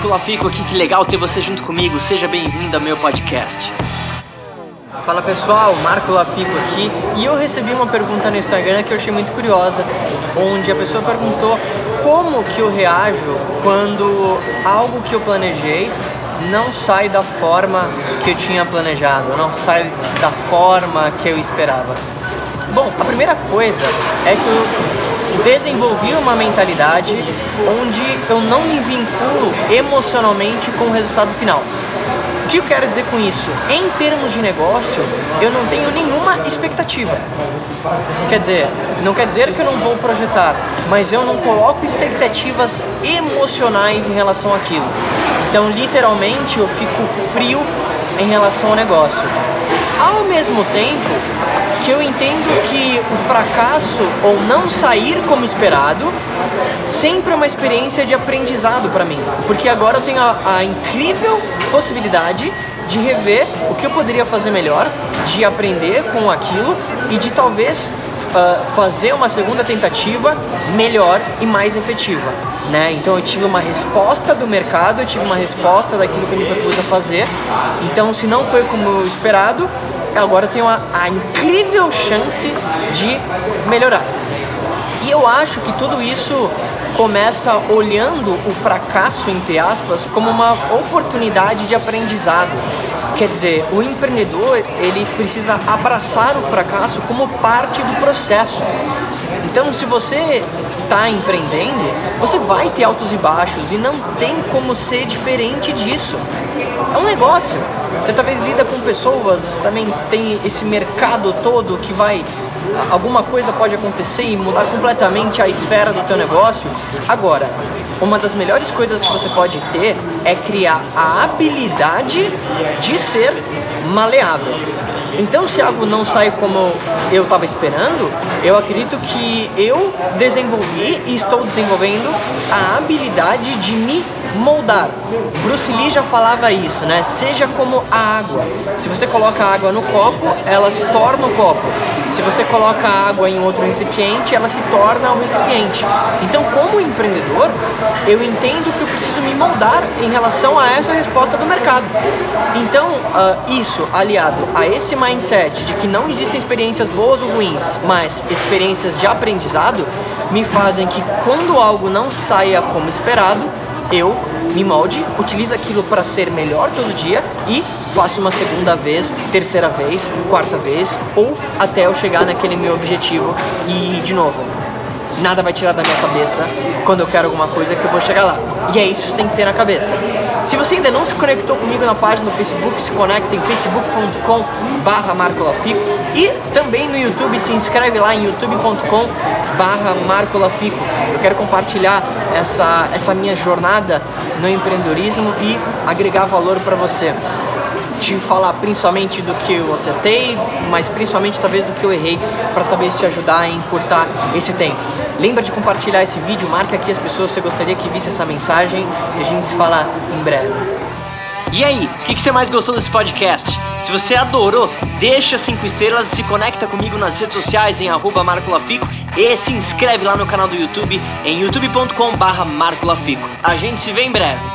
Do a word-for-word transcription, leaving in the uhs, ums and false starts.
Marco Lafico aqui, que legal ter você junto comigo, seja bem-vindo ao meu podcast. Fala pessoal, Marco Lafico aqui, e eu recebi uma pergunta no Instagram que eu achei muito curiosa, onde a pessoa perguntou como que eu reajo quando algo que eu planejei não sai da forma que eu tinha planejado, não sai da forma que eu esperava. Bom, a primeira coisa é que eu desenvolvi uma mentalidade onde eu não me vinculo emocionalmente com o resultado final. O que eu quero dizer com isso? Em termos de negócio, eu não tenho nenhuma expectativa. Quer dizer, não quer dizer que eu não vou projetar, mas eu não coloco expectativas emocionais em relação àquilo. Então, literalmente, eu fico frio em relação ao negócio. Ao mesmo tempo que eu entendo que o fracasso ou não sair como esperado sempre é uma experiência de aprendizado para mim, porque agora eu tenho a, a incrível possibilidade de rever o que eu poderia fazer melhor, de aprender com aquilo e de talvez uh, fazer uma segunda tentativa melhor e mais efetiva, né? Então eu tive uma resposta do mercado, eu tive uma resposta daquilo que eu me propus a fazer. Então, se não foi como esperado, agora eu tenho a, a incrível chance de melhorar. E eu acho que tudo isso começa olhando o fracasso, entre aspas, como uma oportunidade de aprendizado. Quer dizer, o empreendedor, ele precisa abraçar o fracasso como parte do processo. Então, se você está empreendendo, você vai ter altos e baixos e não tem como ser diferente disso. É um negócio. Você talvez lida com pessoas, você também tem esse mercado todo que vai... Alguma coisa pode acontecer e mudar completamente a esfera do teu negócio. Agora, uma das melhores coisas que você pode ter é criar a habilidade de ser maleável. Então, se algo não sai como eu estava esperando, eu acredito que eu desenvolvi e estou desenvolvendo a habilidade de me moldar. Bruce Lee já falava isso, né? Seja como a água. Se você coloca a água no copo, ela se torna o copo. Se você coloca a água em outro recipiente, ela se torna um recipiente. Então, como empreendedor, eu entendo que eu preciso me moldar em relação a essa resposta do mercado. Então, uh, isso aliado a esse mindset de que não existem experiências boas ou ruins, mas experiências de aprendizado, me fazem que quando algo não saia como esperado, eu me molde, utilizo aquilo para ser melhor todo dia e faço uma segunda vez, terceira vez, quarta vez, ou até eu chegar naquele meu objetivo. E, de novo, nada vai tirar da minha cabeça quando eu quero alguma coisa que eu vou chegar lá. E é isso que você tem que ter na cabeça. Se você ainda não se conectou comigo na página do Facebook, se conecta em facebook ponto com barra Marco Lafico e também no YouTube, se inscreve lá em youtube ponto com barra Marco Lafico. Eu quero compartilhar essa, essa minha jornada no empreendedorismo e agregar valor para você. Te falar principalmente do que eu acertei, mas principalmente talvez do que eu errei, para talvez te ajudar a encurtar esse tempo. Lembra de compartilhar esse vídeo, marca aqui as pessoas que você gostaria que visse essa mensagem e a gente se fala em breve. E aí, o que, que você mais gostou desse podcast? Se você adorou, deixa cinco estrelas e se conecta comigo nas redes sociais em arroba Marco Lafico e se inscreve lá no canal do YouTube em youtube ponto com barra Marco Lafico. A gente se vê em breve.